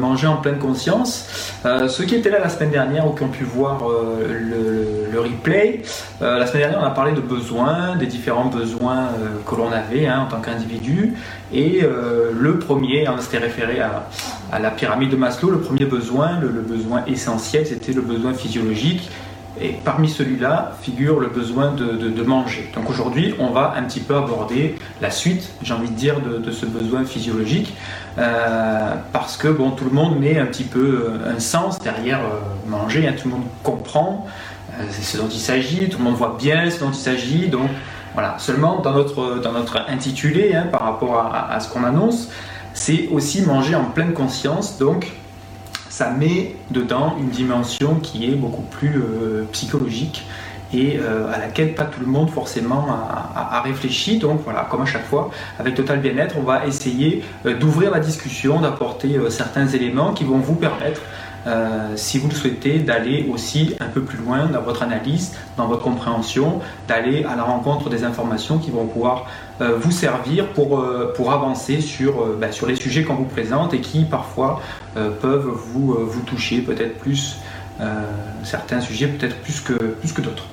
manger en pleine conscience. Ceux qui étaient là la semaine dernière ou qui ont pu voir le replay, la semaine dernière on a parlé de besoins, des différents besoins que l'on avait en tant qu'individu. Et le premier, on s'était référé à la pyramide de Maslow, le premier besoin, le besoin essentiel, c'était le besoin physiologique. Et parmi celui-là figure le besoin de manger. Donc aujourd'hui, on va un petit peu aborder la suite, j'ai envie de dire, de ce besoin physiologique, parce que bon, tout le monde met un petit peu un sens derrière manger, tout le monde comprend c'est ce dont il s'agit, tout le monde voit bien ce dont il s'agit, donc voilà. Seulement dans notre intitulé, par rapport à ce qu'on annonce, c'est aussi manger en pleine conscience, donc ça met dedans une dimension qui est beaucoup plus psychologique et à laquelle pas tout le monde forcément a réfléchi. Donc voilà, comme à chaque fois, avec Total Bien-être, on va essayer d'ouvrir la discussion, d'apporter certains éléments qui vont vous permettre, si vous le souhaitez, d'aller aussi un peu plus loin dans votre analyse, dans votre compréhension, d'aller à la rencontre des informations qui vont pouvoir vous servir pour avancer sur les sujets qu'on vous présente et qui parfois peuvent vous toucher peut-être plus, certains sujets peut-être plus que d'autres.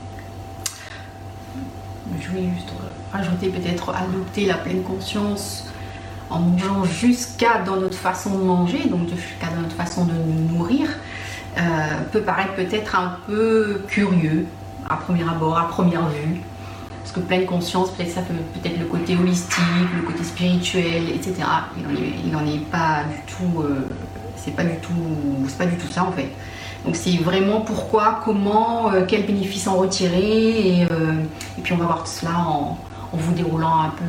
Je voulais juste rajouter, peut-être adopter la pleine conscience en mangeant jusqu'à dans notre façon de manger, donc jusqu'à dans notre façon de nous nourrir, peut paraître peut-être un peu curieux à premier abord, à première vue. Parce que pleine conscience, peut-être ça peut être le côté holistique, le côté spirituel, etc. Il n'en est pas du tout, c'est pas du tout ça en fait. Donc c'est vraiment pourquoi, comment, quels bénéfices en retirer, et puis on va voir tout cela en vous déroulant un peu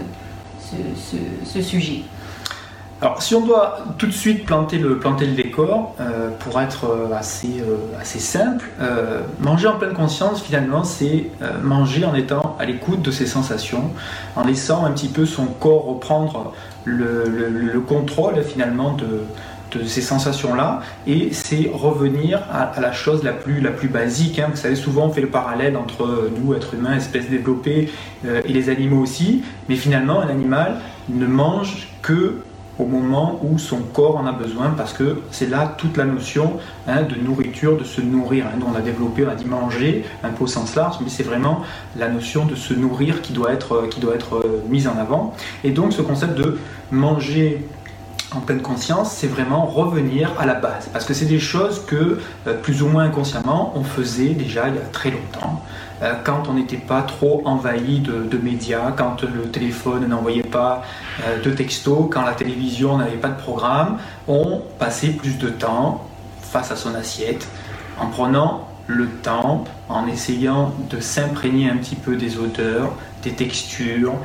ce sujet. Alors si on doit tout de suite planter le décor, pour être assez simple, manger en pleine conscience finalement c'est manger en étant à l'écoute de ses sensations, en laissant un petit peu son corps reprendre le contrôle finalement de ces sensations-là, et c'est revenir à la chose la plus basique. Vous savez, souvent on fait le parallèle entre nous, êtres humains, espèces développées, et les animaux aussi, mais finalement un animal ne mange que au moment où son corps en a besoin, parce que c'est là toute la notion de nourriture, de se nourrir. Nous on a développé, on a dit manger, un peu au sens large, mais c'est vraiment la notion de se nourrir qui doit être mise en avant. Et donc ce concept de manger en pleine conscience, c'est vraiment revenir à la base, parce que c'est des choses que plus ou moins inconsciemment on faisait déjà il y a très longtemps, quand on n'était pas trop envahi de médias, quand le téléphone n'envoyait pas de textos, quand la télévision n'avait pas de programme, on passait plus de temps face à son assiette, en prenant le temps, en essayant de s'imprégner un petit peu des odeurs, des textures,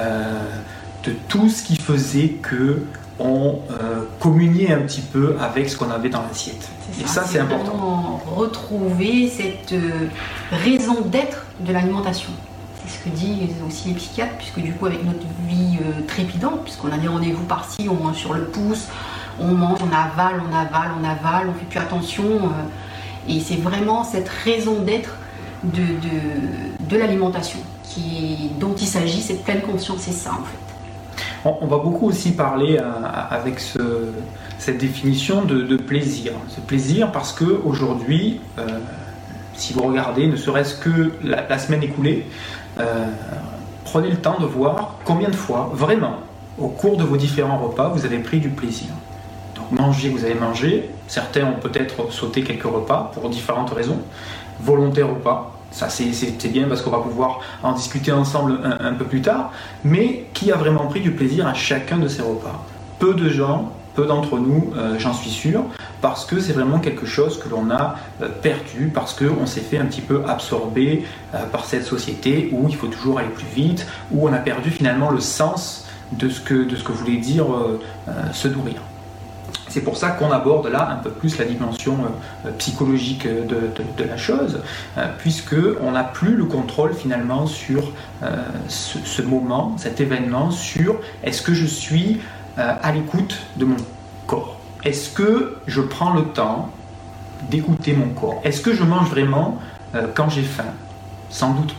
de tout ce qui faisait que on communiait un petit peu avec ce qu'on avait dans l'assiette. Et ça, c'est important. Retrouver cette raison d'être de l'alimentation. C'est ce que disent aussi les psychiatres, puisque du coup, avec notre vie trépidante, puisqu'on a des rendez-vous par-ci, on mange sur le pouce, on mange, on avale, on fait plus attention. Et c'est vraiment cette raison d'être de l'alimentation dont il s'agit, cette pleine conscience, c'est ça en fait. On va beaucoup aussi parler avec cette définition de plaisir. Ce plaisir parce qu'aujourd'hui, si vous regardez, ne serait-ce que la semaine écoulée, prenez le temps de voir combien de fois, vraiment, au cours de vos différents repas, vous avez pris du plaisir. Donc manger, vous avez mangé. Certains ont peut-être sauté quelques repas pour différentes raisons, volontaires ou pas. Ça c'est bien parce qu'on va pouvoir en discuter ensemble un peu plus tard, mais qui a vraiment pris du plaisir à chacun de ces repas? Peu de gens, peu d'entre nous, j'en suis sûr, parce que c'est vraiment quelque chose que l'on a perdu, parce qu'on s'est fait un petit peu absorber par cette société où il faut toujours aller plus vite, où on a perdu finalement le sens de ce que voulait dire se nourrir. C'est pour ça qu'on aborde là un peu plus la dimension psychologique de la chose, puisqu'on n'a plus le contrôle finalement sur ce moment, cet événement, sur est-ce que je suis à l'écoute de mon corps? Est-ce que je prends le temps d'écouter mon corps? Est-ce que je mange vraiment quand j'ai faim? Sans doute pas.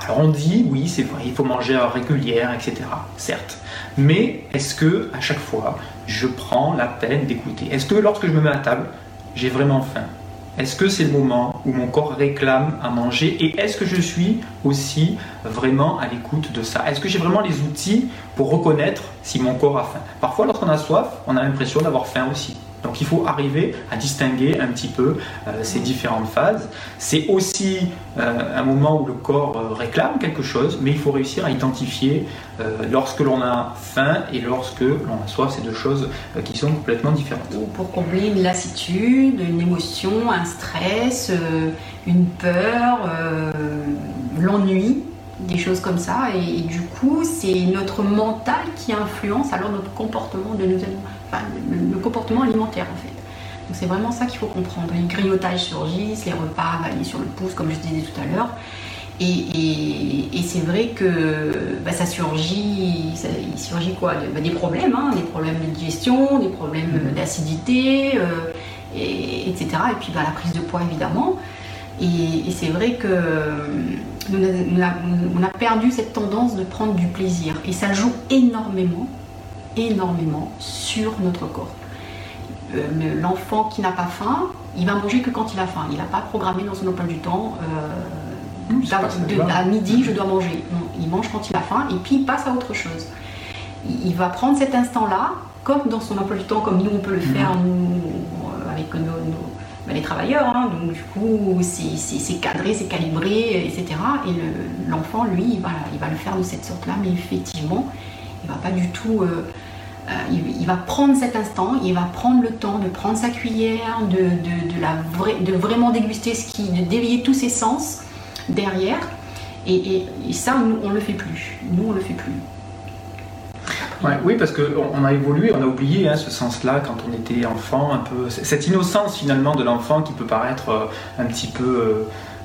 Alors on dit, oui, c'est vrai, il faut manger à heure régulière, etc. Certes. Mais est-ce que à chaque fois, je prends la peine d'écouter? Est-ce que lorsque je me mets à table, j'ai vraiment faim? Est-ce que c'est le moment où mon corps réclame à manger? Et est-ce que je suis aussi vraiment à l'écoute de ça? Est-ce que j'ai vraiment les outils pour reconnaître si mon corps a faim? Parfois, lorsqu'on a soif, on a l'impression d'avoir faim aussi. Donc il faut arriver à distinguer un petit peu ces différentes phases. C'est aussi un moment où le corps réclame quelque chose, mais il faut réussir à identifier lorsque l'on a faim et lorsque l'on a soif, c'est deux choses qui sont complètement différentes. Ou pour combler une lassitude, une émotion, un stress, une peur, l'ennui, des choses comme ça. Et du coup, c'est notre mental qui influence alors notre comportement le comportement alimentaire en fait. Donc c'est vraiment ça qu'il faut comprendre. Les grignotages surgissent, les repas avalés sur le pouce, comme je disais tout à l'heure. Et c'est vrai que ça surgit, il surgit quoi? Des problèmes, des problèmes de digestion, des problèmes d'acidité, etc. Et puis la prise de poids évidemment. Et c'est vrai que on a perdu cette tendance de prendre du plaisir. Et ça joue énormément sur notre corps. L'enfant qui n'a pas faim, il va manger que quand il a faim. Il n'a pas programmé dans son emploi du temps à midi je dois manger. Non, il mange quand il a faim et puis il passe à autre chose. Il va prendre cet instant-là, comme dans son emploi du temps, comme nous on peut le faire nous, avec les travailleurs. Donc du coup c'est cadré, c'est calibré, etc. Et l'enfant, lui, il va le faire de cette sorte-là, mais effectivement, il va pas du tout. Il va prendre cet instant, il va prendre le temps de prendre sa cuillère, de vraiment déguster de d'éveiller tous ses sens derrière. Et ça, nous, on le fait plus. Oui, parce qu'on a évolué, on a oublié ce sens-là quand on était enfant, un peu cette innocence finalement de l'enfant qui peut paraître un petit peu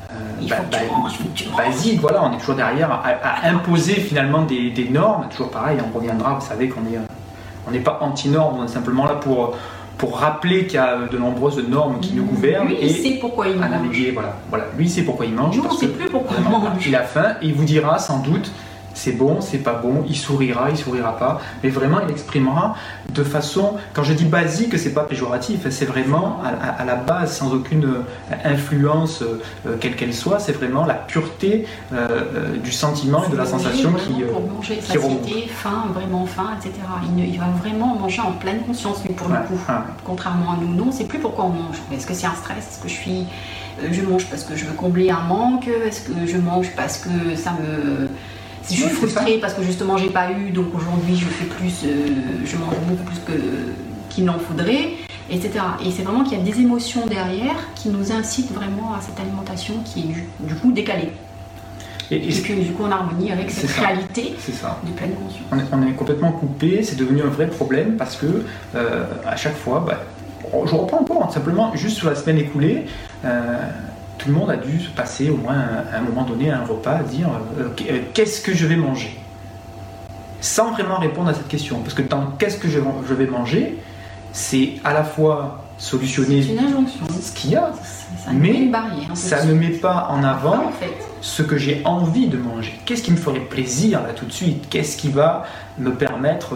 basique. Voilà, on est toujours derrière à imposer finalement des normes. Toujours pareil, on reviendra. Vous savez qu'on n'est pas anti-normes, on est simplement là pour rappeler qu'il y a de nombreuses normes qui nous gouvernent. Lui, il sait pourquoi il mange. Voilà. Lui, il sait pourquoi il mange. Nous, on ne sait plus pourquoi il mange. Il a faim et il vous dira sans doute c'est bon, c'est pas bon, il sourira pas, mais vraiment il exprimera de façon, quand je dis basique, c'est pas péjoratif, c'est vraiment à la base, sans aucune influence quelle qu'elle soit, c'est vraiment la pureté du sentiment et de la sensation pour manger, satiété, faim, vraiment faim, etc. Il va vraiment manger en pleine conscience, lui, pour le coup. Contrairement à nous, non, c'est plus pourquoi on mange. Est-ce que c'est un stress? Est-ce que je mange parce que je veux combler un manque? Est-ce que je mange parce que ça me... Si je suis frustrée parce que justement j'ai pas eu, donc aujourd'hui je fais plus, je mange beaucoup plus qu'il n'en faudrait, etc. Et c'est vraiment qu'il y a des émotions derrière qui nous incitent vraiment à cette alimentation qui est du coup décalée. Et puis du coup en harmonie avec cette réalité de pleine conscience. On est complètement coupé, c'est devenu un vrai problème parce que à chaque fois, je reprends encore, simplement juste sur la semaine écoulée, tout le monde a dû se passer au moins à un moment donné à un repas à dire qu'est-ce que je vais manger, sans vraiment répondre à cette question, parce que dans qu'est-ce que je vais manger, c'est à la fois solutionner ce qu'il y a, mais ça ne met pas en avant ce que j'ai envie de manger. Qu'est-ce qui me ferait plaisir là tout de suite? Qu'est-ce qui va me permettre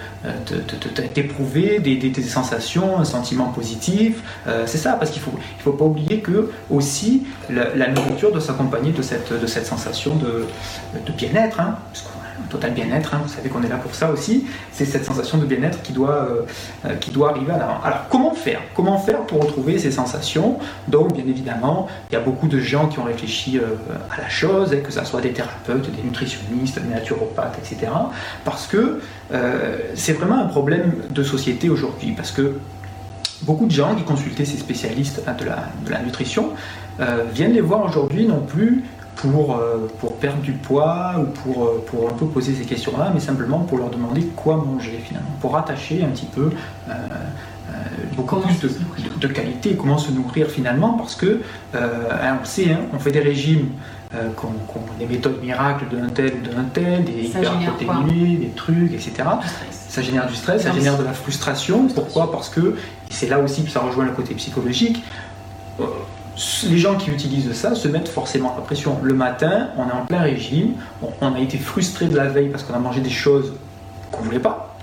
d'éprouver des sensations, un sentiment positif? C'est ça, parce qu'il faut pas oublier que aussi la nourriture doit s'accompagner de cette sensation de bien-être, parce qu'on a un total bien-être, vous savez qu'on est là pour ça aussi. C'est cette sensation de bien-être qui doit arriver à l'avant. Alors comment faire pour retrouver ces sensations? Donc bien évidemment, il y a beaucoup de gens qui ont réfléchi à la chose, que ce soit des thérapeutes, des nutritionnistes, des naturopathes, etc. Parce que c'est vraiment un problème de société aujourd'hui, parce que beaucoup de gens qui consultaient ces spécialistes de la nutrition viennent les voir aujourd'hui non plus pour perdre du poids ou pour un peu poser ces questions-là, mais simplement pour leur demander quoi manger finalement, pour rattacher un petit peu beaucoup plus de qualité, comment se nourrir finalement, parce que on sait, on fait des régimes, des méthodes miracles d'un tel ou d'un tel, des hyperprotéinés, des trucs, etc. Ça génère du stress, ça génère de la frustration. Pourquoi? Parce que, et c'est là aussi que ça rejoint le côté psychologique, les gens qui utilisent ça se mettent forcément la pression. Le matin, on est en plein régime, on a été frustré de la veille parce qu'on a mangé des choses qu'on ne voulait pas,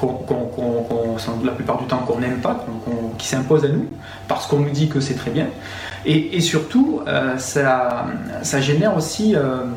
la plupart du temps qu'on n'aime pas, qui s'imposent à nous, parce qu'on nous dit que c'est très bien. Et surtout, ça génère aussi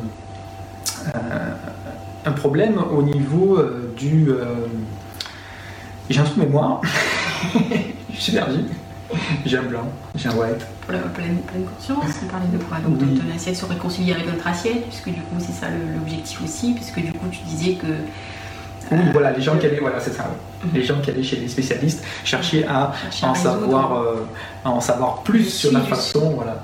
un problème au niveau du... j'ai un trou de mémoire, je suis perdu. J'ai un blanc, j'ai un white. Pour la pleine conscience, on parlait de quoi? Donc oui. ton assiette se réconcilier avec notre assiette, puisque du coup c'est ça l'objectif aussi, puisque du coup tu disais que... Oui, voilà, les gens qui allaient, voilà, c'est ça. Les gens qui allaient chez les spécialistes cherchaient à en savoir plus sur la façon, voilà,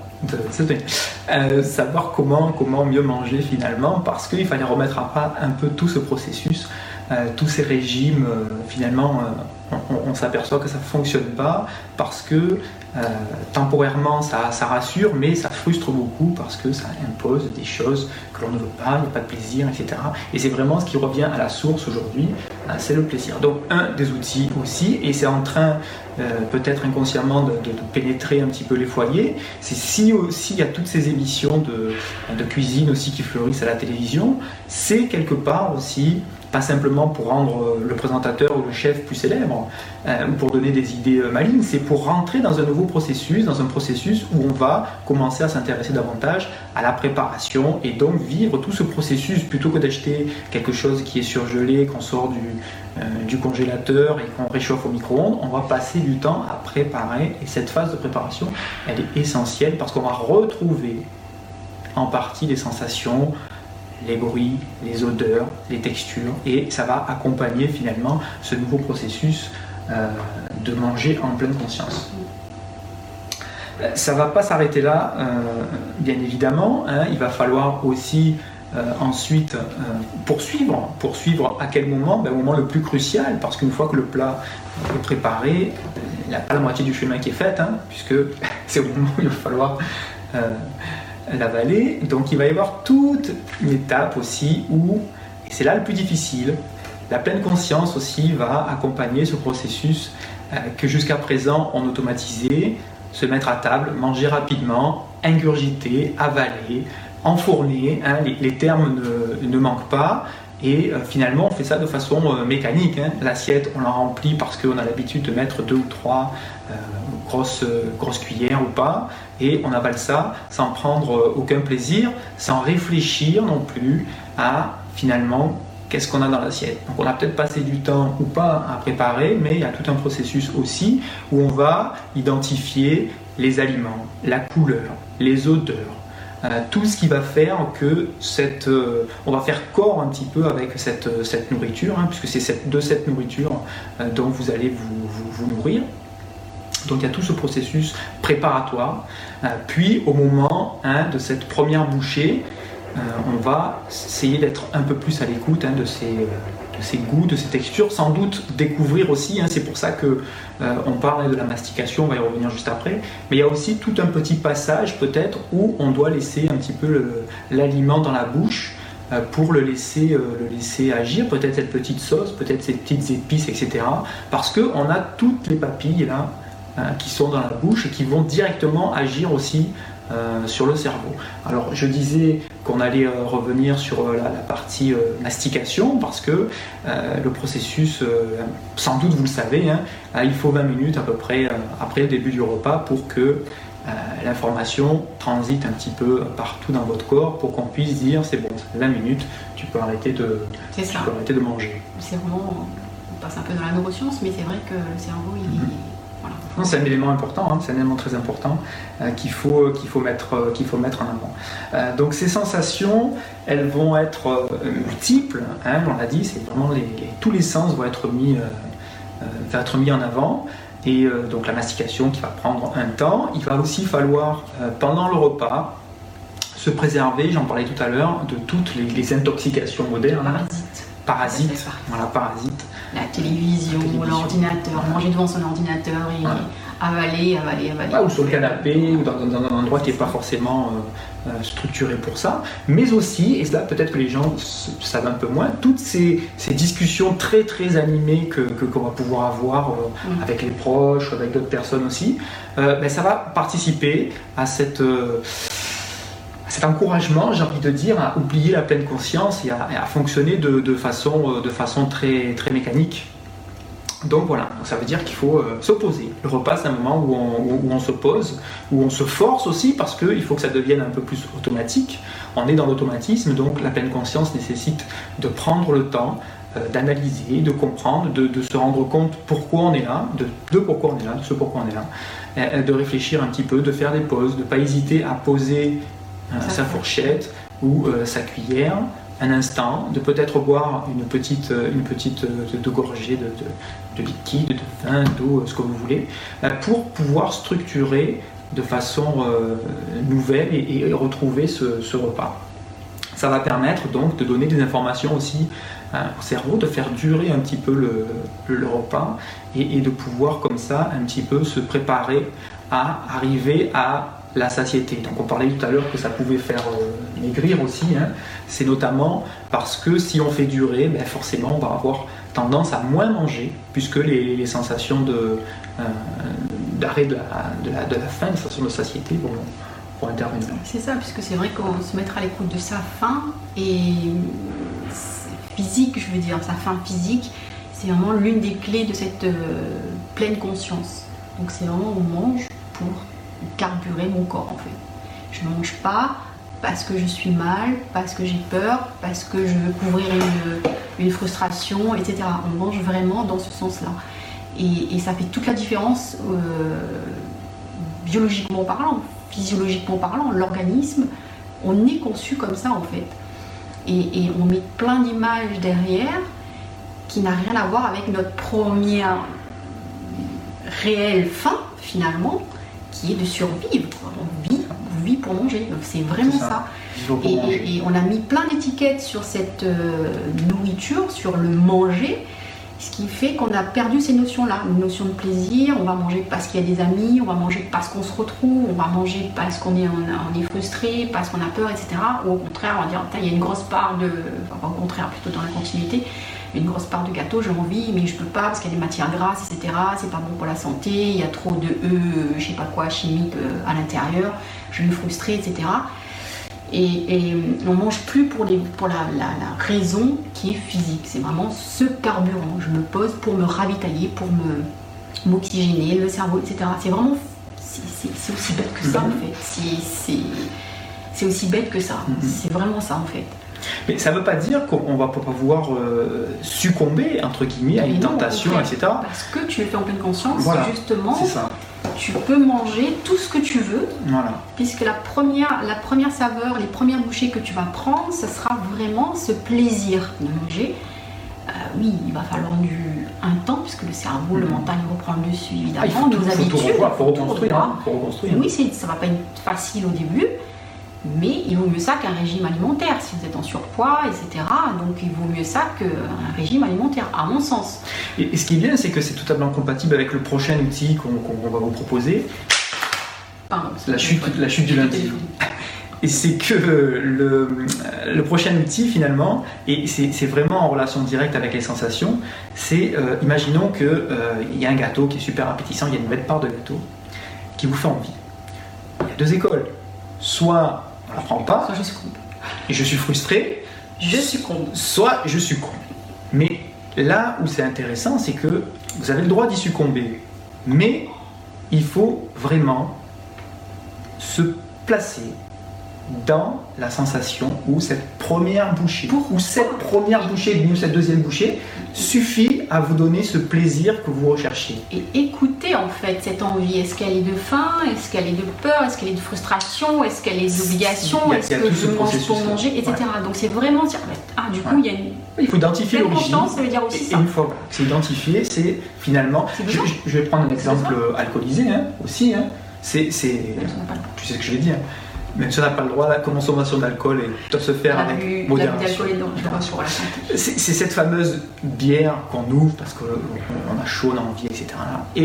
savoir comment mieux manger finalement, parce qu'il fallait remettre à plat un peu tout ce processus, tous ces régimes. Finalement, on s'aperçoit que ça ne fonctionne pas parce que temporairement ça rassure, mais ça frustre beaucoup parce que ça impose des choses que l'on ne veut pas, il n'y a pas de plaisir, etc. Et c'est vraiment ce qui revient à la source aujourd'hui, c'est le plaisir. Donc un des outils aussi, et c'est en train peut-être inconsciemment de pénétrer un petit peu les foyers, c'est si aussi il y a toutes ces émissions de cuisine aussi qui fleurissent à la télévision, c'est quelque part aussi pas simplement pour rendre le présentateur ou le chef plus célèbre, ou pour donner des idées malignes, c'est pour rentrer dans un nouveau processus, dans un processus où on va commencer à s'intéresser davantage à la préparation et donc vivre tout ce processus plutôt que d'acheter quelque chose qui est surgelé, qu'on sort du congélateur et qu'on réchauffe au micro-ondes. On va passer du temps à préparer, et cette phase de préparation, elle est essentielle parce qu'on va retrouver en partie les sensations, les bruits, les odeurs, les textures, et ça va accompagner finalement ce nouveau processus de manger en pleine conscience. Ça ne va pas s'arrêter là, bien évidemment, hein, il va falloir aussi ensuite poursuivre à quel moment? Au moment le plus crucial, parce qu'une fois que le plat est préparé, il n'y a pas la moitié du chemin qui est fait, hein, puisque c'est au moment où il va falloir l'avaler. Donc il va y avoir toute une étape aussi où, et c'est là le plus difficile, la pleine conscience aussi va accompagner ce processus que jusqu'à présent on automatisait, se mettre à table, manger rapidement, ingurgiter, avaler, enfourner, hein, les termes ne manquent pas. Et finalement, on fait ça de façon mécanique, hein. L'assiette, on la remplit parce qu'on a l'habitude de mettre 2 ou 3 grosses cuillères ou pas, et on avale ça sans prendre aucun plaisir, sans réfléchir non plus à finalement qu'est-ce qu'on a dans l'assiette. Donc on a peut-être passé du temps ou pas à préparer, mais il y a tout un processus aussi où on va identifier les aliments, la couleur, les odeurs, tout ce qui va faire que on va faire corps un petit peu avec cette nourriture, hein, puisque c'est de cette nourriture dont vous allez vous nourrir. Donc il y a tout ce processus préparatoire. Puis au moment, hein, de cette première bouchée, on va essayer d'être un peu plus à l'écoute, hein, de ces goûts, de ces textures, sans doute découvrir aussi, hein, c'est pour ça que on parle de la mastication, on va y revenir juste après, mais il y a aussi tout un petit passage peut-être où on doit laisser un petit peu l'aliment dans la bouche pour le laisser agir, peut-être cette petite sauce, peut-être ces petites épices, etc. Parce qu'on a toutes les papilles là qui sont dans la bouche et qui vont directement agir aussi sur le cerveau. Alors je disais qu'on allait revenir sur la partie mastication parce que le processus, sans doute vous le savez, hein, il faut 20 minutes à peu près après le début du repas pour que l'information transite un petit peu partout dans votre corps pour qu'on puisse dire c'est bon, 20 minutes, tu peux arrêter de manger. C'est vraiment, on passe un peu dans la neuroscience, mais c'est vrai que le cerveau il est... Voilà. C'est un élément important, hein, c'est un élément très important qu'il faut mettre en avant. Donc ces sensations, elles vont être multiples, hein, on l'a dit, c'est vraiment tous les sens vont être mis en avant. Et donc la mastication qui va prendre un temps. Il va aussi falloir, pendant le repas, se préserver, j'en parlais tout à l'heure, de toutes les intoxications modernes. Parasites. La télévision, l'ordinateur, manger devant son ordinateur et avaler. Ou sur le canapé, ou dans un endroit qui n'est pas forcément structuré pour ça. Mais aussi, et là peut-être que les gens savent un peu moins, toutes ces discussions très très animées qu'on va pouvoir avoir avec les proches, avec d'autres personnes aussi, ça va participer à cet encouragement, j'ai envie de dire, à oublier la pleine conscience et à fonctionner de façon très, très mécanique. Donc voilà, ça veut dire qu'il faut s'opposer. Le repas, c'est un moment où on s'oppose, où on se force aussi, parce qu'il faut que ça devienne un peu plus automatique. On est dans l'automatisme, donc la pleine conscience nécessite de prendre le temps, d'analyser, de comprendre, de se rendre compte pourquoi on est là, de pourquoi on est là, de ce pourquoi on est là, de réfléchir un petit peu, de faire des pauses, de ne pas hésiter à poser sa fourchette ou sa cuillère, un instant, de peut-être boire une petite de gorgée de liquide, de vin, d'eau, ce que vous voulez, pour pouvoir structurer de façon nouvelle et retrouver ce repas. Ça va permettre donc de donner des informations aussi au cerveau, de faire durer un petit peu le repas et de pouvoir comme ça un petit peu se préparer à arriver à la satiété. Donc on parlait tout à l'heure que ça pouvait faire maigrir aussi, c'est notamment parce que si on fait durer, forcément on va avoir tendance à moins manger, puisque les sensations d'arrêt de la faim, les sensations de satiété vont intervenir. C'est ça, puisque c'est vrai qu'on se mettra à l'écoute de sa faim et physique, je veux dire, sa faim physique, c'est vraiment l'une des clés de cette pleine conscience. Donc c'est vraiment on mange pour carburer mon corps en fait. Je ne mange pas parce que je suis mal, parce que j'ai peur, parce que je veux couvrir une frustration, etc. On mange vraiment dans ce sens-là. Et ça fait toute la différence biologiquement parlant, physiologiquement parlant. L'organisme, on est conçu comme ça en fait. Et on met plein d'images derrière qui n'a rien à voir avec notre première réelle fin finalement, qui est de survivre. On vit pour manger, donc c'est vraiment ça. Et on a mis plein d'étiquettes sur cette nourriture, sur le manger, ce qui fait qu'on a perdu ces notions-là, une notion de plaisir. On va manger parce qu'il y a des amis, on va manger parce qu'on se retrouve, on va manger parce qu'on est frustré, parce qu'on a peur, etc. Ou au contraire, on va dire, il y a une grosse part au contraire, plutôt dans la continuité, une grosse part de gâteau, j'ai envie, mais je peux pas parce qu'il y a des matières grasses, etc. C'est pas bon pour la santé, il y a trop de je sais pas quoi, chimiques à l'intérieur, je vais me frustrer, etc. Et on mange plus pour la raison qui est physique. C'est vraiment ce carburant. Je me pose pour me ravitailler, pour m'oxygéner, le cerveau, etc. C'est vraiment, c'est aussi bête que ça en fait. C'est aussi bête que ça. C'est vraiment ça en fait. Mais ça ne veut pas dire qu'on va pas pouvoir succomber entre guillemets à une tentation, etc. Parce que tu le fais en pleine conscience, voilà, justement. C'est ça. Tu peux manger tout ce que tu veux, voilà. Puisque la première saveur, les premières bouchées que tu vas prendre, ce sera vraiment ce plaisir de manger. Oui, il va falloir un temps, puisque le cerveau, le mental reprend le dessus, évidemment, nos habitudes. Il faut reconstruire. Oui, ça ne va pas être facile au début, mais il vaut mieux ça qu'un régime alimentaire, si vous êtes en surpoids, etc. Donc il vaut mieux ça qu'un régime alimentaire, à mon sens. Et ce qui est bien, c'est que c'est totalement compatible avec le prochain outil qu'on va vous proposer. Pardon, la chute du lundi. Et c'est que le prochain outil, finalement, et c'est vraiment en relation directe avec les sensations, c'est, imaginons qu'il y a un gâteau qui est super appétissant, il y a une belle part de gâteau qui vous fait envie. Il y a deux écoles. Soit on la prend pas, soit je succombe. Et je suis frustré, je succombe. Soit je succombe. Mais là où c'est intéressant, c'est que vous avez le droit d'y succomber. Mais il faut vraiment se placer dans la sensation où cette première bouchée, ou cette première bouchée, ou cette deuxième bouchée, suffit à vous donner ce plaisir que vous recherchez. Et écoutez en fait cette envie. Est-ce qu'elle est de faim? Est-ce qu'elle est de peur? Est-ce qu'elle est de frustration? Est-ce qu'elle est d'obligation? Est-ce que je mange pour manger, etc. Ouais. Donc c'est vraiment dire, du coup il y a une... Il faut identifier l'origine. Ça veut dire aussi ça. Et une fois que c'est identifié, c'est finalement... Je vais prendre un exemple alcoolisé aussi. Tu sais ce que je vais dire. Même si on n'a pas le droit, la consommation d'alcool doit se faire avec modération. L'abus d'alcool est dangereux pour la santé. C'est cette fameuse bière qu'on ouvre parce qu'on a chaud, on a envie, etc. Et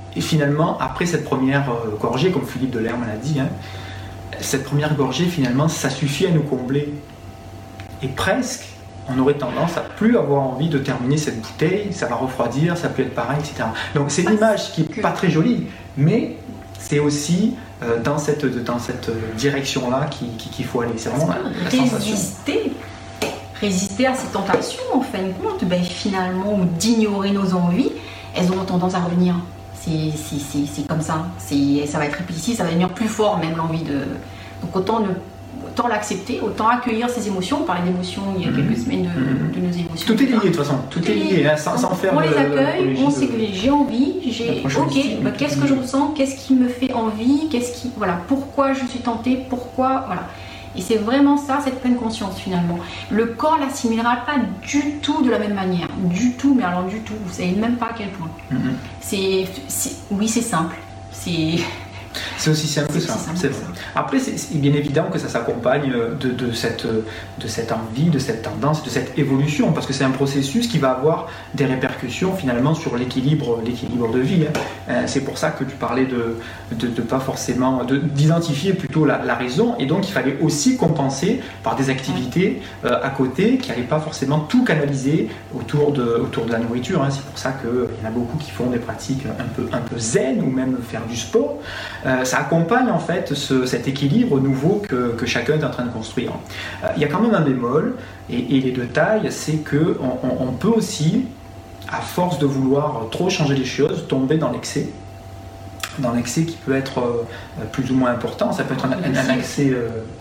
Et finalement, après cette première gorgée, comme Philippe Delerme l'a dit, hein, cette première gorgée, finalement, ça suffit à nous combler. Et presque, on aurait tendance à plus avoir envie de terminer cette bouteille, ça va refroidir, ça peut être pareil, etc. Donc c'est une image qui n'est pas très jolie, mais c'est aussi dans cette direction-là qu'il faut aller. C'est vraiment la sensation. Résister à ces tentations, en fin de compte, finalement, ou d'ignorer nos envies, elles auront tendance à revenir. C'est comme ça. Ça va être répétitif, ça va devenir plus fort même l'envie de... Donc autant l'accepter, autant accueillir ces émotions. On parlait d'émotions il y a quelques semaines de nos émotions. Tout est lié de toute façon, tout est lié, hein, sans faire... On les accueille, on sait que j'ai envie, qu'est-ce que je ressens, qu'est-ce qui me fait envie, voilà, pourquoi je suis tentée, pourquoi, voilà. Et c'est vraiment ça, cette pleine conscience finalement. Le corps l'assimilera pas du tout de la même manière, du tout, mais alors du tout, vous savez même pas à quel point. Oui, c'est simple, c'est aussi simple que ça, c'est vrai. Après, c'est bien évident que ça s'accompagne de cette envie, de cette tendance, de cette évolution, parce que c'est un processus qui va avoir des répercussions finalement sur l'équilibre de vie. Hein. C'est pour ça que tu parlais de pas forcément, d'identifier plutôt la raison, et donc il fallait aussi compenser par des activités à côté qui n'allaient pas forcément tout canaliser autour de la nourriture. Hein. C'est pour ça qu'il y en a beaucoup qui font des pratiques un peu zen, ou même faire du sport. Ça accompagne en fait cet équilibre nouveau que chacun est en train de construire. Il y a quand même un bémol, et les détails, c'est qu'on peut aussi, à force de vouloir trop changer les choses, tomber dans l'excès qui peut être plus ou moins important. Ça peut être un excès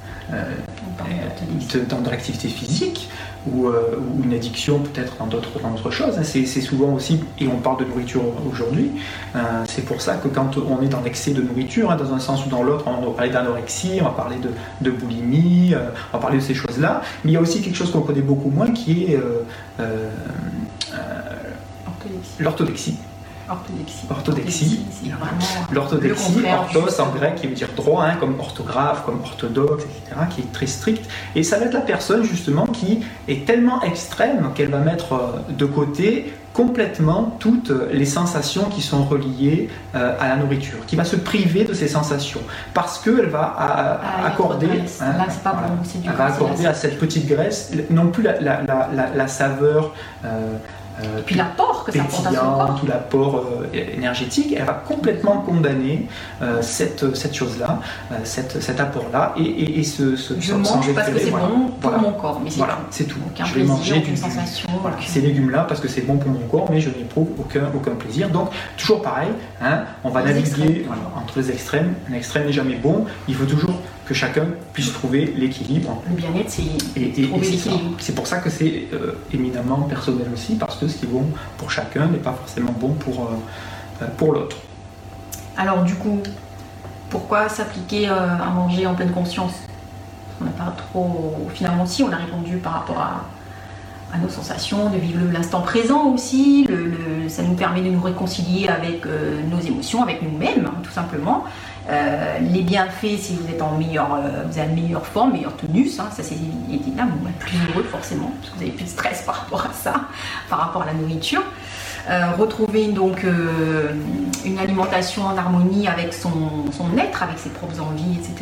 dans l'activité physique, ou une addiction peut-être dans d'autres choses. C'est souvent aussi, et on parle de nourriture aujourd'hui, c'est pour ça que quand on est dans l'excès de nourriture, dans un sens ou dans l'autre, on va parler d'anorexie, on va parler de boulimie, on va parler de ces choses-là, mais il y a aussi quelque chose qu'on connaît beaucoup moins qui est l'orthodoxie. Orthodoxie. L'orthodoxie, orthos en grec qui veut dire droit, hein, comme orthographe, comme orthodoxe, etc., qui est très strict. Et ça va être la personne justement qui est tellement extrême qu'elle va mettre de côté complètement toutes les sensations qui sont reliées à la nourriture, qui va se priver de ces sensations parce qu'elle va accorder, elle va accorder à cette petite graisse non plus la saveur. Puis l'apport que ça apporte à son corps. Tout l'apport énergétique, elle va complètement condamner cette chose-là, cet apport-là, et je mange parce que c'est bon pour mon corps, mais c'est tout. Aucun je vais manger ces légumes-là parce que c'est bon pour mon corps, mais je n'éprouve aucun plaisir. Donc, toujours pareil, hein, on va naviguer entre les extrêmes. Un extrême n'est jamais bon, il faut toujours que chacun puisse trouver l'équilibre. Le bien-être, c'est trouver l'équilibre. C'est pour ça que c'est éminemment personnel aussi, parce que ce qui est bon pour chacun n'est pas forcément bon pour l'autre. Alors du coup, pourquoi s'appliquer à manger en pleine conscience? On n'a pas trop... Finalement, si, on a répondu par rapport à nos sensations, de vivre l'instant présent aussi. Ça nous permet de nous réconcilier avec nos émotions, avec nous-mêmes, hein, tout simplement. Les bienfaits, si vous êtes vous avez une meilleure forme, meilleure tonus, hein, ça c'est évident, vous êtes plus heureux forcément, parce que vous n'avez plus de stress par rapport à ça, par rapport à la nourriture. Retrouver donc une alimentation en harmonie avec son être, avec ses propres envies, etc.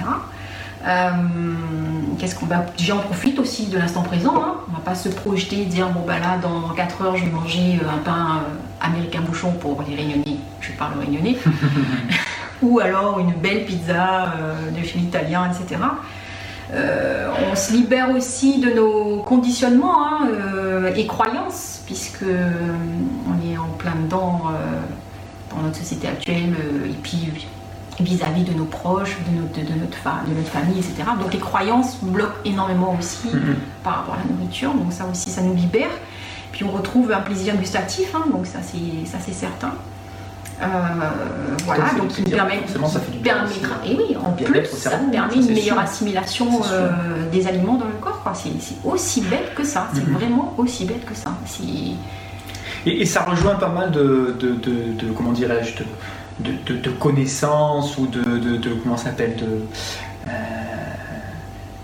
Déjà on profite aussi de l'instant présent, hein. On ne va pas se projeter et dire bon bah là dans 4 heures je vais manger un pain américain bouchon pour les Réunionnais, je parle réunionnais. Ou alors une belle pizza de chez l'italien, etc. On se libère aussi de nos conditionnements et croyances, puisque on est en plein dedans dans notre société actuelle, et puis vis-à-vis de nos proches, de notre famille, etc. Donc les croyances bloquent énormément aussi par rapport à la nourriture, donc ça aussi ça nous libère. Puis on retrouve un plaisir gustatif, hein, donc ça c'est certain. Voilà, donc il permettra, et oui, en plus, ça permet une meilleure assimilation des aliments dans le corps. C'est aussi bête que ça, c'est vraiment aussi bête que ça. Et ça rejoint pas mal de comment dirais-je, de connaissances ou de comment ça s'appelle,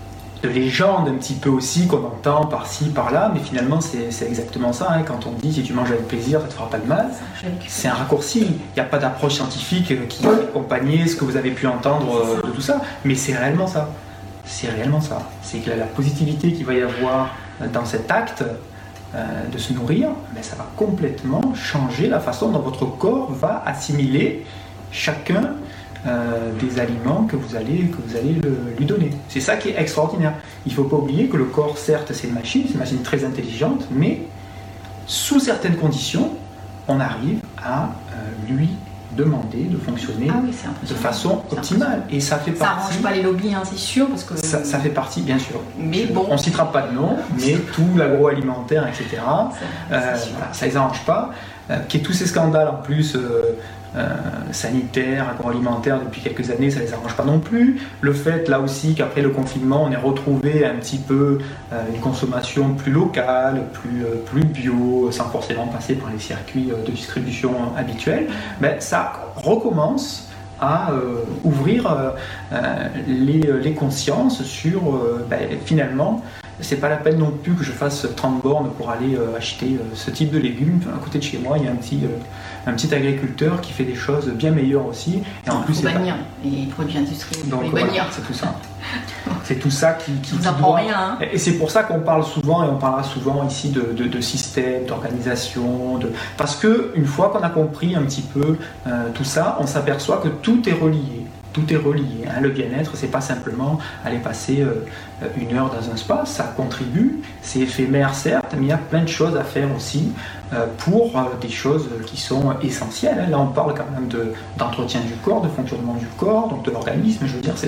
légende un petit peu aussi qu'on entend par-ci, par-là, mais finalement c'est exactement ça. Hein. Quand on dit si tu manges avec plaisir, ça ne te fera pas de mal, c'est un raccourci. Il n'y a pas d'approche scientifique qui accompagne ce que vous avez pu entendre de tout ça, mais c'est réellement ça. C'est réellement ça. C'est que la positivité qu'il va y avoir dans cet acte de se nourrir, ben, ça va complètement changer la façon dont votre corps va assimiler chacun des aliments que vous allez lui donner. C'est ça qui est extraordinaire. Il ne faut pas oublier que le corps, certes, c'est une machine très intelligente, mais sous certaines conditions, on arrive à lui demander de fonctionner de façon optimale. Et ça fait partie... Ça n'arrange pas les lobbies, hein, c'est sûr, parce que... Ça fait partie, bien sûr. Mais bon... On ne citera pas de nom, mais tout l'agroalimentaire, etc., ça ne les arrange pas. Qu'il y ait tous ces scandales en plus... sanitaires, agroalimentaires depuis quelques années, ça ne les arrange pas non plus. Le fait là aussi qu'après le confinement, on ait retrouvé un petit peu une consommation plus locale, plus bio, sans forcément passer par les circuits de distribution habituels, ben, ça recommence à ouvrir les consciences sur finalement c'est pas la peine non plus que je fasse 30 bornes pour aller acheter ce type de légumes. À côté de chez moi, il y a un petit agriculteur qui fait des choses bien meilleures aussi. Et en plus, bannir les produits industriels. Donc voilà, c'est tout ça. C'est tout ça qui vous apprend rien. Hein. Et c'est pour ça qu'on parle souvent, et on parlera souvent ici de système, d'organisation, parce que une fois qu'on a compris un petit peu tout ça, on s'aperçoit que tout est relié. Tout est relié. Hein. Le bien-être, c'est pas simplement aller passer une heure dans un spa, ça contribue, c'est éphémère certes, mais il y a plein de choses à faire aussi pour des choses qui sont essentielles. Hein. Là, on parle quand même d'entretien du corps, de fonctionnement du corps, donc de l'organisme. Je veux dire, c'est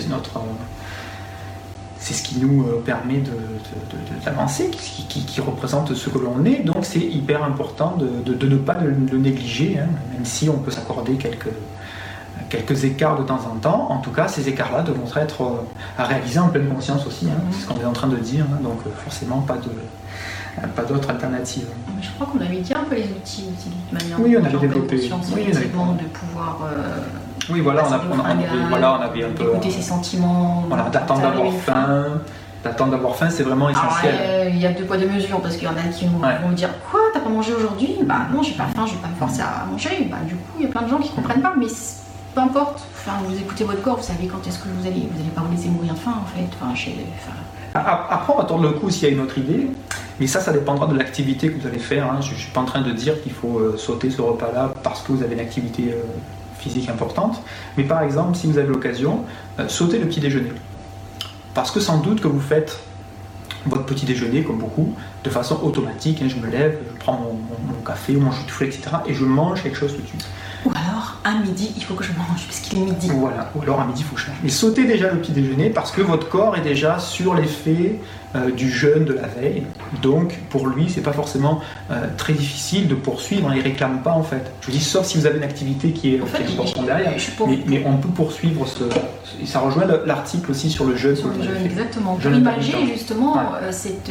ce qui nous permet d'avancer, qui représente ce que l'on est. Donc, c'est hyper important de ne pas le négliger, hein, même si on peut s'accorder quelques écarts de temps en temps. En tout cas, ces écarts-là devront être à réaliser en pleine conscience aussi, hein, c'est ce qu'on est en train de dire, hein, donc forcément pas d'autre alternative. Je crois qu'on avait dit un peu les outils aussi, de toute manière. Oui, on avait développé. De pouvoir... oui, voilà, on avait un peu... D'écouter ses sentiments. Voilà, d'attendre d'avoir faim. D'attendre d'avoir faim, c'est vraiment essentiel. Alors, il y a deux poids deux mesures, parce qu'il y en a qui vont me dire « Quoi, t'as pas mangé aujourd'hui ?» Bah non, j'ai pas faim, je vais pas me forcer à manger. Bah, du coup, il y a plein de gens qui comprennent pas, mais peu importe. Enfin, vous écoutez votre corps, vous savez quand est-ce que vous allez pas vous laisser mourir de faim, en fait. Après, on va tordre le cou s'il y a une autre idée, mais ça dépendra de l'activité que vous allez faire. Hein. Je ne suis pas en train de dire qu'il faut sauter ce repas-là parce que vous avez une activité physique importante, mais par exemple, si vous avez l'occasion, sautez le petit déjeuner. Parce que sans doute que vous faites votre petit déjeuner, comme beaucoup, de façon automatique. Hein. Je me lève, je prends mon café ou mon jus de fruits, etc. et je mange quelque chose tout de suite. Ou alors, à midi, il faut que je mange, puisqu'il est midi. Voilà, ou alors à midi, il faut que je mange. Mais sautez déjà le petit déjeuner, parce que votre corps est déjà sur l'effet du jeûne de la veille. Donc, pour lui, c'est pas forcément très difficile de poursuivre. Il ne réclame pas, en fait. Je vous dis, sauf si vous avez une activité qui est importante derrière. Mais on peut poursuivre ça rejoint l'article aussi sur le jeûne. Sur le jeûne, exactement. Pour imaginer, justement, c'est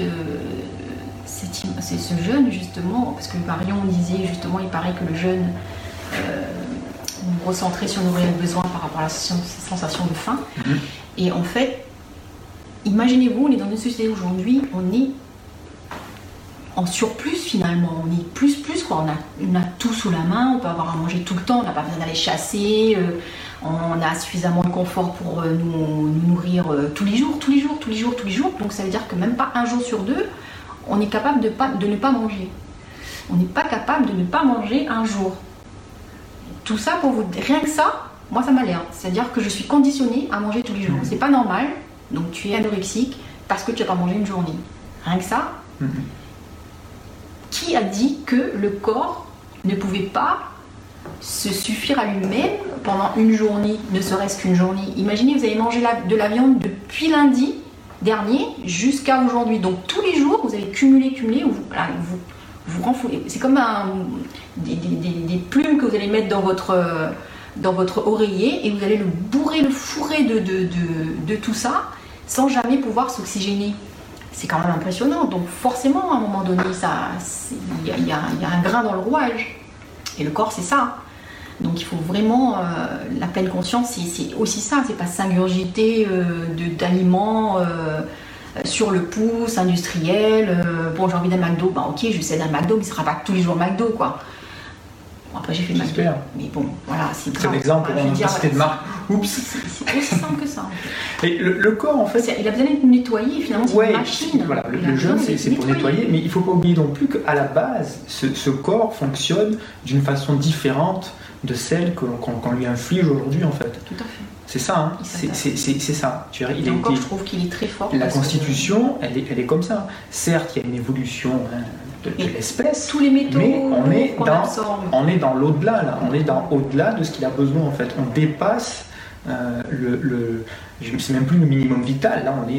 ce jeûne, justement, parce que Marion disait, justement, il paraît que le jeûne... recentrer sur nos réels besoins par rapport à la sensation de faim. Et en fait, imaginez-vous, on est dans une société aujourd'hui, on est en surplus finalement, on est plus quoi, on a tout sous la main, on peut avoir à manger tout le temps, on n'a pas besoin d'aller chasser, on a suffisamment de confort pour nous nourrir tous les jours, donc ça veut dire que même pas un jour sur deux, on est capable de ne pas manger. On n'est pas capable de ne pas manger un jour. Tout ça pour vous... Rien que ça, moi ça m'alerte. C'est-à-dire que je suis conditionnée à manger tous les jours. C'est pas normal. Donc tu es anorexique parce que tu n'as pas mangé une journée. Rien que ça. Qui a dit que le corps ne pouvait pas se suffire à lui-même pendant une journée, ne serait-ce qu'une journée? Imaginez, vous avez mangé de la viande depuis lundi dernier jusqu'à aujourd'hui. Donc tous les jours, vous allez cumuler, vous renfoulez. C'est comme des plumes que vous allez mettre dans votre oreiller et vous allez le bourrer, le fourrer de tout ça sans jamais pouvoir s'oxygéner. C'est quand même impressionnant. Donc forcément, à un moment donné, il y a un grain dans le rouage. Et le corps, c'est ça. Donc il faut vraiment la pleine conscience, c'est aussi ça. C'est pas s'ingurgiter d'aliments sur le pouce, industriel. Bon, j'ai envie d'un McDo, bah ok, je sais d'un McDo, mais ce ne sera pas tous les jours McDo, quoi. Bon, après, j'ai fait McDo. Mais bon, voilà, c'est grave. C'est l'exemple où on a cité de marque. Oups. C'est aussi simple que ça. En fait. Et le corps, en fait. Il a besoin d'être nettoyé, finalement, c'est une machine. Voilà, le jeûne, c'est pour nettoyer, mais il ne faut pas oublier non plus qu'à la base, ce corps fonctionne d'une façon différente de celle qu'on lui inflige aujourd'hui, en fait. Tout à fait. C'est ça, hein. C'est ça. Tu vois, je trouve qu'il est très fort. La constitution, elle est comme ça. Certes, il y a une évolution de l'espèce, tous les métaux, mais on est dans l'au-delà, là. On est dans au-delà de ce qu'il a besoin, en fait. On dépasse je ne sais même plus le minimum vital. Là, on est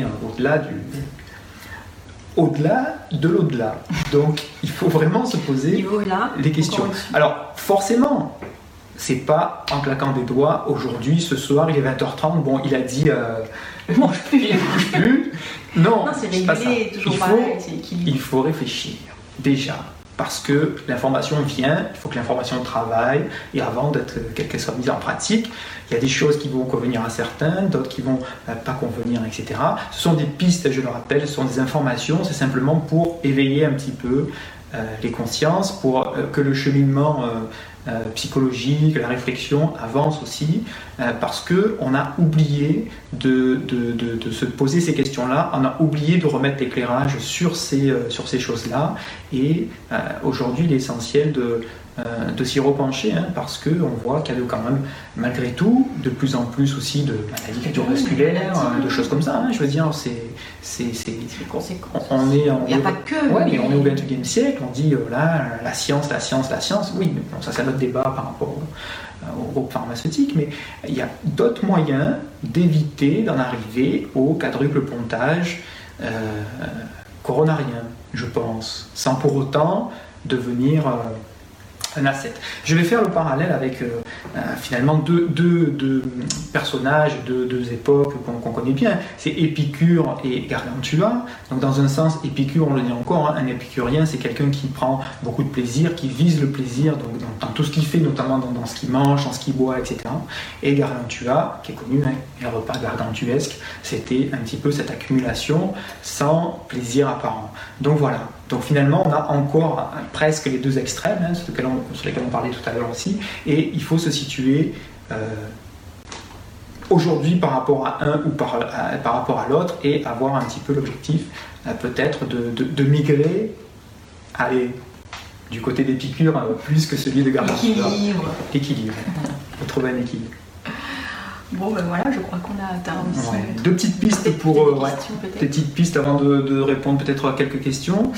au-delà de l'au-delà. Donc, il faut vraiment se poser les questions. Alors, forcément, c'est pas en claquant des doigts, aujourd'hui, ce soir, il est 20h30, bon, il a dit je mange plus. Non, c'est régulé, toujours pareil, c'est équilibré. Il faut réfléchir, déjà, parce que l'information vient, il faut que l'information travaille, et avant qu'elle soit mise en pratique, il y a des choses qui vont convenir à certains, d'autres qui vont pas convenir, etc. Ce sont des pistes, je le rappelle, ce sont des informations, c'est simplement pour éveiller un petit peu les consciences, pour que le cheminement psychologique, la réflexion avance aussi, parce qu'on a oublié de se poser ces questions-là, on a oublié de remettre l'éclairage sur ces choses-là, et aujourd'hui il est essentiel de s'y repencher, hein, parce qu'on voit qu'il y a quand même, malgré tout, de plus en plus aussi de maladies cardiovasculaires, de choses comme ça, hein, je veux dire, c'est les conséquences. Il n'y a pas que... mais on est au XXIe siècle, on dit la science, oui, mais bon, ça c'est notre débat par rapport au groupe pharmaceutique, mais il y a d'autres moyens d'éviter d'en arriver au quadruple pontage coronarien, je pense, sans pour autant devenir un asset. Je vais faire le parallèle avec finalement deux personnages, deux époques qu'on connaît bien. C'est Épicure et Gargantua. Donc dans un sens, Épicure, on le dit encore, hein, un épicurien, c'est quelqu'un qui prend beaucoup de plaisir, qui vise le plaisir donc dans tout ce qu'il fait, notamment dans ce qu'il mange, dans ce qu'il boit, etc. Et Gargantua, qui est connu, hein, les repas gargantuesques, c'était un petit peu cette accumulation sans plaisir apparent. Donc voilà. Donc finalement, on a encore presque les deux extrêmes, hein, sur lesquels on parlait tout à l'heure aussi, et il faut se situer aujourd'hui par rapport à un ou par rapport à l'autre, et avoir un petit peu l'objectif peut-être de migrer, aller du côté d'Épicure plus que celui de Gargantua. Équilibre. Retrouver un équilibre. Bon, ben voilà, je crois qu'on a atteint aussi. Ouais. Deux petites pistes des petites pistes avant de répondre peut-être à quelques questions.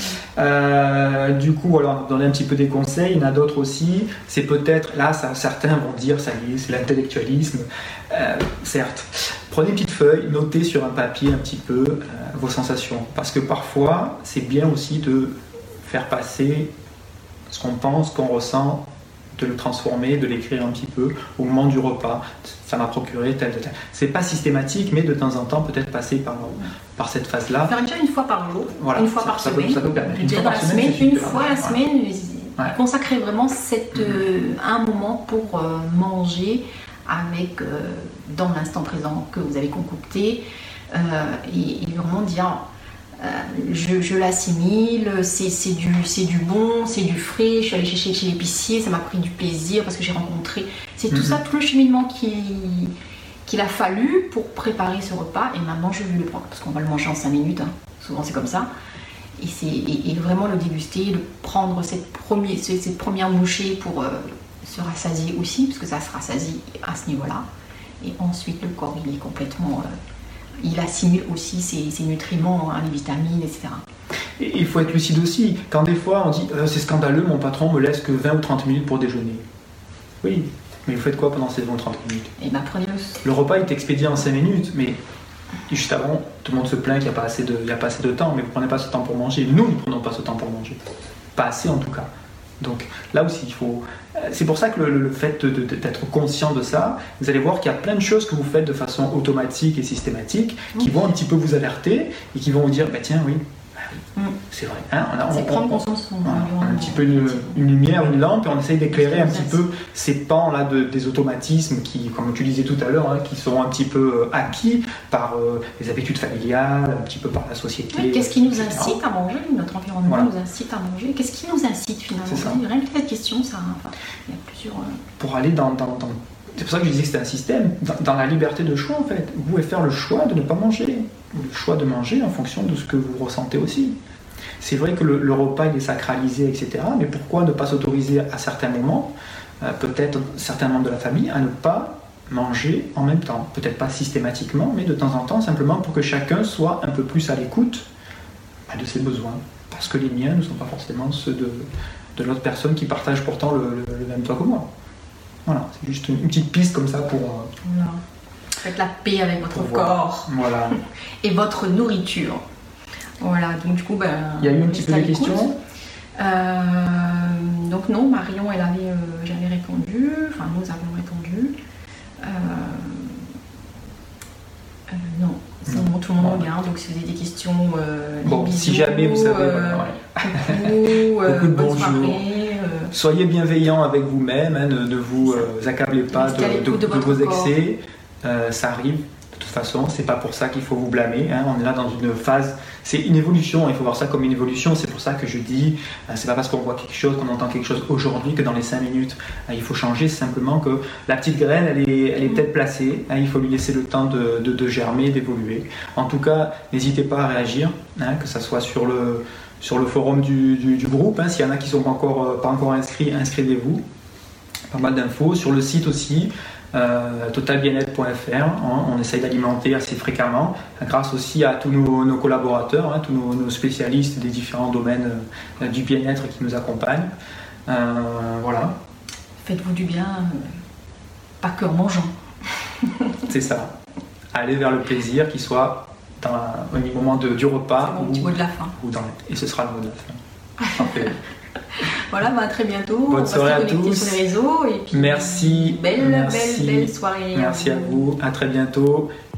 Du coup, alors, donner un petit peu des conseils. Il y en a d'autres aussi. C'est peut-être, là, certains vont dire, ça y est, c'est l'intellectualisme. Certes. Prenez une petite feuille, notez sur un papier un petit peu vos sensations. Parce que parfois, c'est bien aussi de faire passer ce qu'on pense, ce qu'on ressent, de le transformer, de l'écrire un petit peu au moment du repas. Ça m'a procuré tel. C'est pas systématique, mais de temps en temps, peut-être passer par cette phase-là. Faire déjà une fois par jour, voilà, une fois par semaine. Ça peut permettre. Une fois la semaine, consacrer vraiment un moment pour manger avec, dans l'instant présent que vous avez concocté, et vraiment dire... je l'assimile, c'est du bon, c'est du frais, je suis allée chercher chez l'épicier, ça m'a pris du plaisir parce que j'ai rencontré. C'est tout ça, tout le cheminement qu'il a fallu pour préparer ce repas, et maintenant je vais le prendre parce qu'on va le manger en 5 minutes, hein. Souvent c'est comme ça. Et vraiment le déguster, de prendre cette première bouchée pour se rassasier aussi, parce que ça se rassasie à ce niveau-là. Et ensuite le corps il est complètement... il assimile aussi ses nutriments, hein, les vitamines, etc. Et il faut être lucide aussi. Quand des fois on dit c'est scandaleux, mon patron me laisse que 20 ou 30 minutes pour déjeuner. Oui, mais vous faites quoi pendant ces 20 ou 30 minutes? Eh bien, prenez-le. Le repas est expédié en 5 minutes, mais juste avant, tout le monde se plaint qu'il n'y a pas assez de temps, mais vous ne prenez pas ce temps pour manger. Nous ne prenons pas ce temps pour manger. Pas assez en tout cas. Donc là aussi, il faut... C'est pour ça que le fait d'être conscient de ça, vous allez voir qu'il y a plein de choses que vous faites de façon automatique et systématique qui vont un petit peu vous alerter et qui vont vous dire, bah tiens, oui, C'est vrai. C'est prendre conscience de son environnement. Un petit peu une lumière, une lampe, et on essaye d'éclairer un petit peu ces pans là des automatismes qui, comme tu disais tout à l'heure, qui seront un petit peu acquis par les habitudes familiales, un petit peu par la société. Oui, qu'est-ce qui nous incite à manger? Notre environnement nous incite à manger. Qu'est-ce qui nous incite finalement? Rien que cette question, ça. Il y a plusieurs. Pour aller dans c'est pour ça que je disais que c'était un système, dans la liberté de choix en fait. Vous pouvez faire le choix de ne pas manger, ou le choix de manger en fonction de ce que vous ressentez aussi. C'est vrai que le repas il est sacralisé, etc. Mais pourquoi ne pas s'autoriser à certains moments, peut-être certains membres de la famille, à ne pas manger en même temps? Peut-être pas systématiquement, mais de temps en temps, simplement pour que chacun soit un peu plus à l'écoute de ses besoins. Parce que les miens ne sont pas forcément ceux de l'autre personne qui partage pourtant le même toit que moi. Voilà, c'est juste une petite piste comme ça pour... Voilà. Faites la paix avec votre corps. Voilà. Et votre nourriture. Voilà, donc du coup, il y a eu un petit peu de questions. Donc non, Marion, j'avais répondu. Enfin, nous avions répondu. Non, sinon tout le monde regarde. Donc si vous avez des questions, bisous, si jamais vous savez, beaucoup de bonjour. Soyez bienveillants avec vous-même, ne vous accablez pas de vos excès. Ça arrive. De toute façon, c'est pas pour ça qu'il faut vous blâmer. On est là dans une phase, c'est une évolution. Il faut voir ça comme une évolution. C'est pour ça que je dis, c'est pas parce qu'on voit quelque chose, qu'on entend quelque chose aujourd'hui que dans les 5 minutes, il faut changer. C'est simplement que la petite graine, elle est peut-être placée. Il faut lui laisser le temps de germer, d'évoluer. En tout cas, n'hésitez pas à réagir, que ça soit sur le forum du groupe. S'il y en a qui ne sont pas encore inscrits, inscrivez-vous. Pas mal d'infos. Sur le site aussi. totalbienêtre.fr, on essaye d'alimenter assez fréquemment grâce aussi à tous nos collaborateurs, tous nos spécialistes des différents domaines du bien-être qui nous accompagnent. Voilà. Faites-vous du bien, pas que en mangeant. C'est ça. Allez vers le plaisir qui soit au moment du repas ou petit mot de la fin. Et ce sera le mot de la fin. Voilà, à très bientôt. Bonne soirée à tous. Sur les réseaux et puis merci. Belle soirée. Merci à vous. À très bientôt.